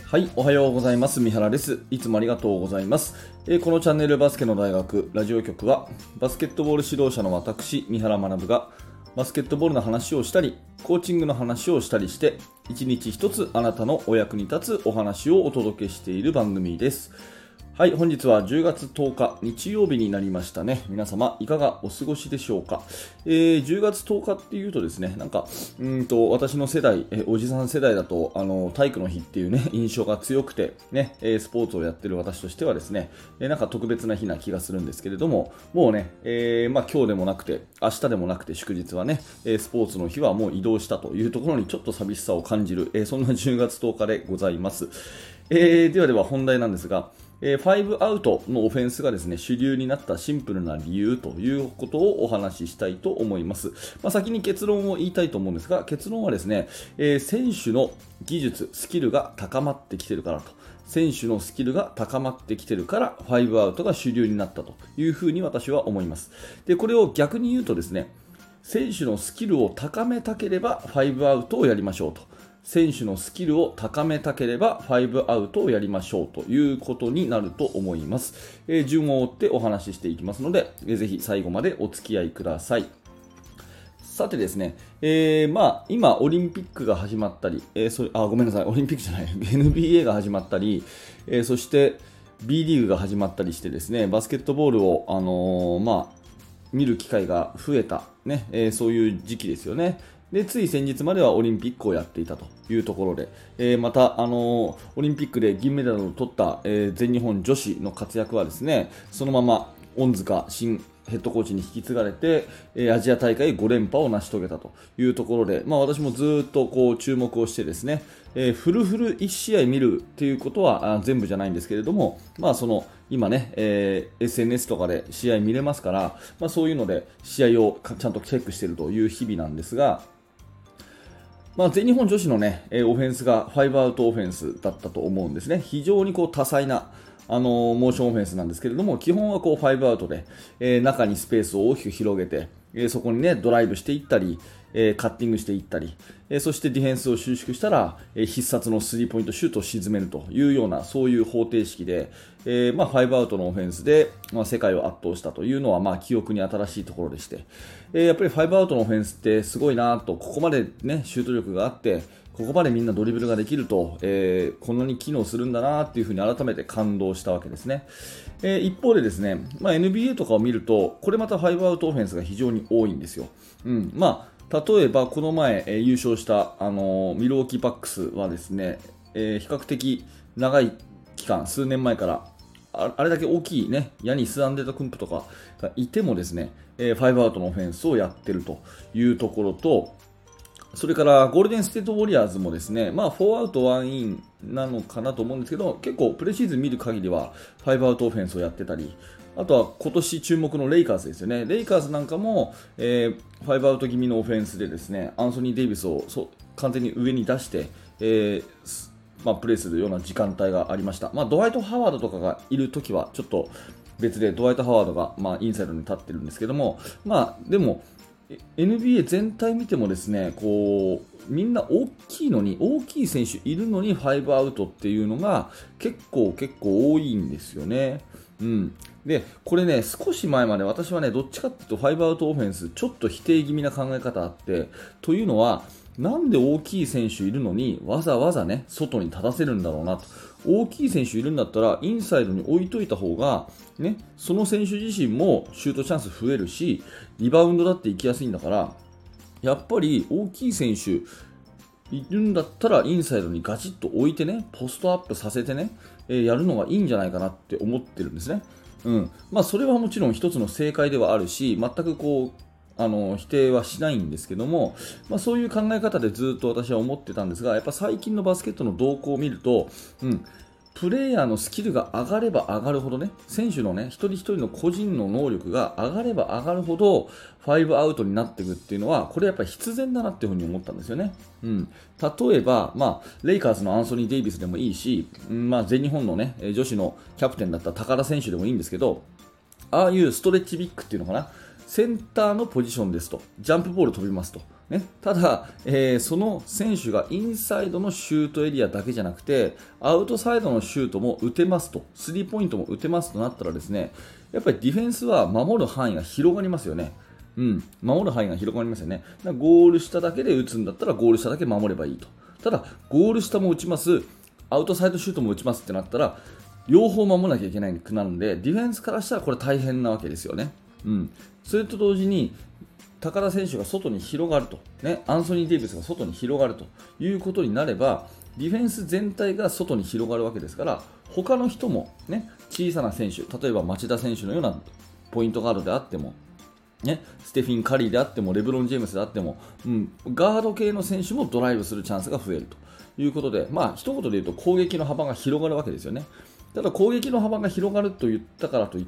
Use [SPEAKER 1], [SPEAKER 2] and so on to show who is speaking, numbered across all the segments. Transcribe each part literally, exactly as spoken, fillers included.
[SPEAKER 1] はい、おはようございます。三原です。いつもありがとうございます。えーこのチャンネルバスケの大学ラジオ局は、バスケットボール指導者の私、三原学がバスケットボールの話をしたり、コーチングの話をしたりして、一日一つあなたのお役に立つお話をお届けしている番組です。はい、本日はじゅうがつとおか日曜日になりましたね。皆様いかがお過ごしでしょうか。えー、じゅうがつとおかっていうとですね、なんかうーんと私の世代、えおじさん世代だとあの体育の日っていうね印象が強くてね、えースポーツをやってる私としてはですね、えーなんか特別な日な気がするんですけれども、もうね、えーまあ今日でもなくて明日でもなくて祝日はね、えースポーツの日はもう移動したというところにちょっと寂しさを感じる、えーそんなじゅうがつとおかでございます。えーではでは本題なんですが、えー、ファイブアウトのオフェンスがですね、主流になったシンプルな理由ということをお話ししたいと思います。まあ、先に結論を言いたいと思うんですが、結論はですね、えー選手の技術、スキルが高まってきてるからと。選手のスキルが高まってきてるから、ファイブアウトが主流になったというふうに私は思います。で、これを逆に言うとですね、選手のスキルを高めたければファイブアウトをやりましょうと。選手のスキルを高めたければファイブアウトをやりましょうということになると思います。えー順を追ってお話ししていきますので、えーぜひ最後までお付き合いください。さてですね、えーまあ、今、オリンピックが始まったり、えーそれあごめんなさい、オリンピックじゃない、エヌビーエー が始まったり、えーそして B リーグが始まったりしてですね、バスケットボールを、あのーまあ、見る機会が増えた、ねえーそういう時期ですよね。で、つい先日まではオリンピックをやっていたというところで、えーまた、あのーオリンピックで銀メダルを取った、えー全日本女子の活躍はですね、そのまま恩塚新ヘッドコーチに引き継がれて、えーアジア大会ご連覇を成し遂げたというところで、まあ、私もずっとこう注目をしてですね、えーフルフルいち試合見るっていうことはあ全部じゃないんですけれども、まあ、その今ね、えー エスエヌエス とかで試合見れますから、まあ、そういうので試合をかちゃんとチェックしているという日々なんですが、まあ、全日本女子の、ね、えーオフェンスがファイブアウトオフェンスだったと思うんですね。非常にこう多彩な、あのーモーションオフェンスなんですけれども、基本はこうファイブアウトで、えー中にスペースを大きく広げて、えーそこに、ね、ドライブしていったり、えーカッティングしていったり、えーそしてディフェンスを収縮したら、えー必殺のスリーポイントシュートを沈めるというような、そういう方程式で、えーまあ、ファイブアウトのオフェンスで、まあ、世界を圧倒したというのは、まあ、記憶に新しいところでして、えーやっぱりファイブアウトのオフェンスってすごいなと、ここまで、ね、シュート力があって、ここまでみんなドリブルができると、えーこんなに機能するんだなというふうに改めて感動したわけですね。えー一方でですね、まあ、エヌビーエー とかを見ると、これまたファイブアウトオフェンスが非常に多いんですよ。うんまあ、例えばこの前、えー優勝した、あのーミルウォーキーバックスはですね、えー比較的長い期間、数年前からああれだけ大きいね、ヤニス・アンデタクンプとかがいてもですね、えー、ファイブアウトのオフェンスをやってるというところと、それからゴールデンステートウォリアーズもですね、まあ、フォーアウトワンインなのかなと思うんですけど、結構プレシーズン見る限りはファイブアウトオフェンスをやってたり、あとは今年注目のレイカーズですよね。レイカーズなんかも、えー、ファイブアウト気味のオフェンスでですね、アンソニー・デイビスをそ完全に上に出して、えーまあ、プレーするような時間帯がありました。まあ、ドワイト・ハワードとかがいるときはちょっと別で、ドワイト・ハワードが、まあ、インサイドに立ってるんですけども、まあ、でも エヌビーエー 全体見てもですね、こうみんな大きいのに、大きい選手いるのにファイブアウトっていうのが結構結構多いんですよね。うん、でこれね、少し前まで私はね、どっちかっていうとファイブアウトオフェンスちょっと否定気味な考え方あって、というのはなんで大きい選手いるのにわざわざね外に立たせるんだろうなと。大きい選手いるんだったらインサイドに置いといた方が、ね、その選手自身もシュートチャンス増えるし、リバウンドだって行きやすいんだから、やっぱり大きい選手いるんだったらインサイドにガチッと置いてね、ポストアップさせてね、えーやるのがいいんじゃないかなって思ってるんですね。うんまあ、それはもちろん一つの正解ではあるし、全くこうあの否定はしないんですけども、まあ、そういう考え方でずっと私は思ってたんですが、やっぱ最近のバスケットの動向を見ると、うん、プレイヤーのスキルが上がれば上がるほどね、選手のね、一人一人の個人の能力が上がれば上がるほど、ファイブアウトになっていくっていうのは、これやっぱり必然だなっていうふうに思ったんですよね。うん。例えば、まあ、レイカーズのアンソニー・デイビスでもいいし、うんまあ、全日本のね、女子のキャプテンだった高田選手でもいいんですけど、ああいうストレッチビッグっていうのかな、 センターのポジションですと、ジャンプボール飛びますと。ね、ただ、えー、その選手がインサイドのシュートエリアだけじゃなくて、アウトサイドのシュートも打てますと、スリーポイントも打てますとなったらですね、やっぱりディフェンスは守る範囲が広がりますよね。うん、守る範囲が広がりますよね。だからゴール下だけで打つんだったらゴール下だけ守ればいいと。ただ、ゴール下も打ちます、アウトサイドシュートも打ちますってなったら、両方守らなきゃいけないくなるので、ディフェンスからしたらこれ大変なわけですよね。うん、それと同時に、高田選手が外に広がると、ね、アンソニー・デイビスが外に広がるということになれば、ディフェンス全体が外に広がるわけですから、他の人も、ね、小さな選手、例えば町田選手のようなポイントガードであっても、ね、ステフィン・カリーであっても、レブロン・ジェームスであっても、うん、ガード系の選手もドライブするチャンスが増えるということで、まあ一言で言うと攻撃の幅が広がるわけですよね。ただ攻撃の幅が広がると言ったからといって、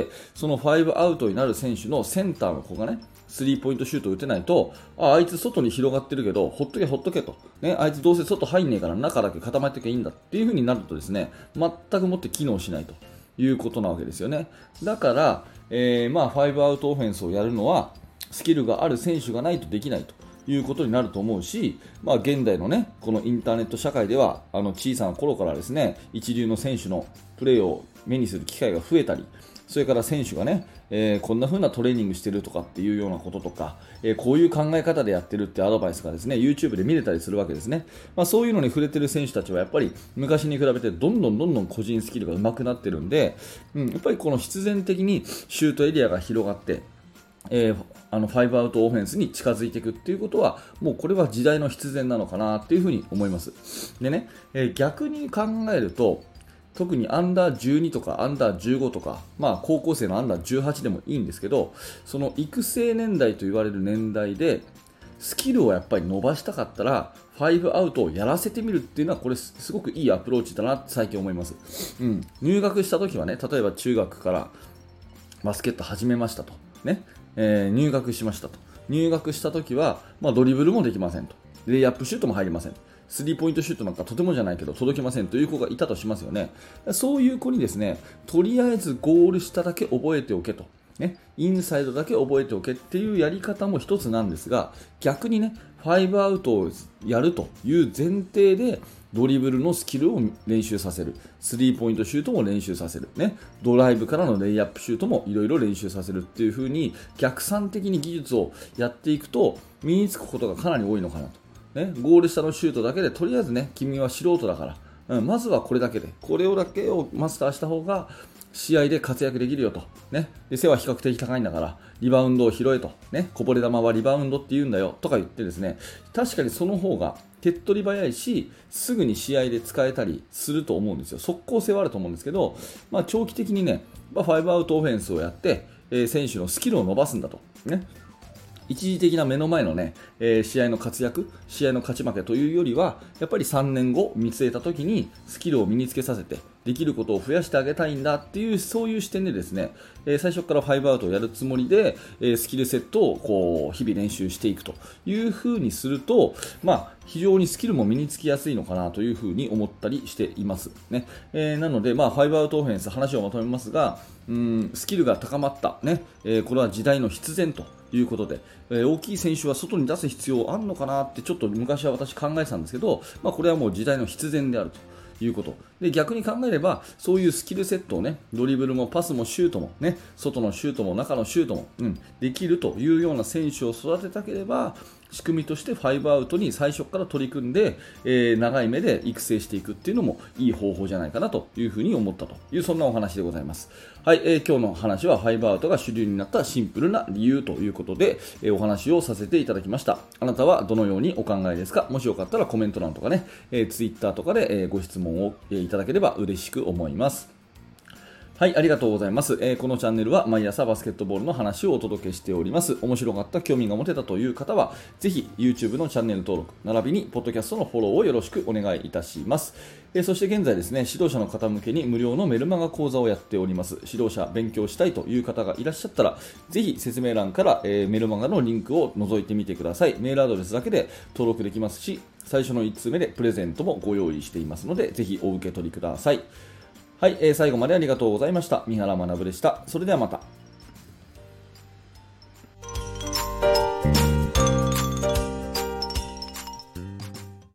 [SPEAKER 1] そのファイブアウトになる選手のセンターの子がね、スリーポイントシュートを打てないと、あ、あいつ外に広がってるけど、ほっとけほっとけと、ね、あいつどうせ外入んねえから中だけ固まってけばいいんだっていう風になるとですね、全くもって機能しないということなわけですよね。だから、えー、まあファイブアウトオフェンスをやるのはスキルがある選手がないとできないということになると思うし、まあ、現代のね、このインターネット社会では、あの小さな頃からですね、一流の選手のプレーを目にする機会が増えたり、それから選手がね、えー、こんな風なトレーニングしてるとかっていうようなこととか、えー、こういう考え方でやってるってアドバイスがですね、YouTube で見れたりするわけですね。まあ、そういうのに触れてる選手たちはやっぱり昔に比べてどんどんどんどん個人スキルが上手くなってるんで、うん、やっぱりこの必然的にシュートエリアが広がって、えー、あのファイブアウトオフェンスに近づいていくっていうことは、もうこれは時代の必然なのかなっていうふうに思います。でね、えー、逆に考えると、特にアンダーじゅうにとかアンダーじゅうごとか、まあ、高校生のアンダーじゅうはちでもいいんですけど、その育成年代と言われる年代でスキルをやっぱり伸ばしたかったらファイブアウトをやらせてみるっていうのは、これすごくいいアプローチだなって最近思います。うん、入学した時はね、例えば中学からバスケット始めましたと、ねえー、入学しましたと。入学した時は、まあ、ドリブルもできませんと、レイアップシュートも入りません、スリーポイントシュートなんかとてもじゃないけど届きませんという子がいたとしますよね。そういう子にですね、とりあえずゴール下だけ覚えておけと、ね、インサイドだけ覚えておけっていうやり方も一つなんですが、逆にね、ファイブアウトをやるという前提でドリブルのスキルを練習させる、スリーポイントシュートも練習させる、ね、ドライブからのレイアップシュートもいろいろ練習させるっていう風に逆算的に技術をやっていくと身につくことがかなり多いのかなと。ね、ゴール下のシュートだけで、とりあえずね、君は素人だから、うん、まずはこれだけで、これをだけをマスターした方が試合で活躍できるよと、ね、で背は比較的高いんだからリバウンドを拾えと、ね、こぼれ球はリバウンドって言うんだよとか言ってですね、確かにその方が手っ取り早いし、すぐに試合で使えたりすると思うんですよ。速攻性はあると思うんですけど、まあ、長期的にね、ファイブアウトオフェンスをやって、えー、選手のスキルを伸ばすんだと、ね、一時的な目の前の、ねえー、試合の活躍、試合の勝ち負けというよりは、やっぱりさんねんご見据えたときにスキルを身につけさせて、できることを増やしてあげたいんだっていう、そういう視点でですね、えー、最初からファイブアウトをやるつもりで、えー、スキルセットをこう日々練習していくという風にすると、まあ、非常にスキルも身につきやすいのかなという風に思ったりしています、ねえー、なので、まあ、ファイブアウトオフェンス、話をまとめますが、うーんスキルが高まった、ねえー、これは時代の必然ということで、えー、大きい選手は外に出す必要あるのかなってちょっと昔は私考えてたんですけど、まあ、これはもう時代の必然であるということで、逆に考えればそういうスキルセットをね、ドリブルもパスもシュートもね、外のシュートも中のシュートも、うん、できるというような選手を育てたければ、仕組みとしてファイブアウトに最初から取り組んで、えー、長い目で育成していくっていうのもいい方法じゃないかなというふうに思ったという、そんなお話でございます。はい、えー、今日の話はファイブアウトが主流になったシンプルな理由ということで、えー、お話をさせていただきました。あなたはどのようにお考えですか？もしよかったらコメント欄とかね、えー、ツイッターとかで、えー、ご質問を、えー、いただければ嬉しく思います。はい、ありがとうございます、えー、このチャンネルは毎朝バスケットボールの話をお届けしております。面白かった、興味が持てたという方はぜひ YouTube のチャンネル登録並びにポッドキャストのフォローをよろしくお願いいたします。えー、そして現在ですね、指導者の方向けに無料のメルマガ講座をやっております。指導者勉強したいという方がいらっしゃったらぜひ説明欄から、えー、メルマガのリンクを覗いてみてください。メールアドレスだけで登録できますし、最初のいち通目でプレゼントもご用意していますのでぜひお受け取りください。はい、えー、最後までありがとうございました。三原学でした。それではまた。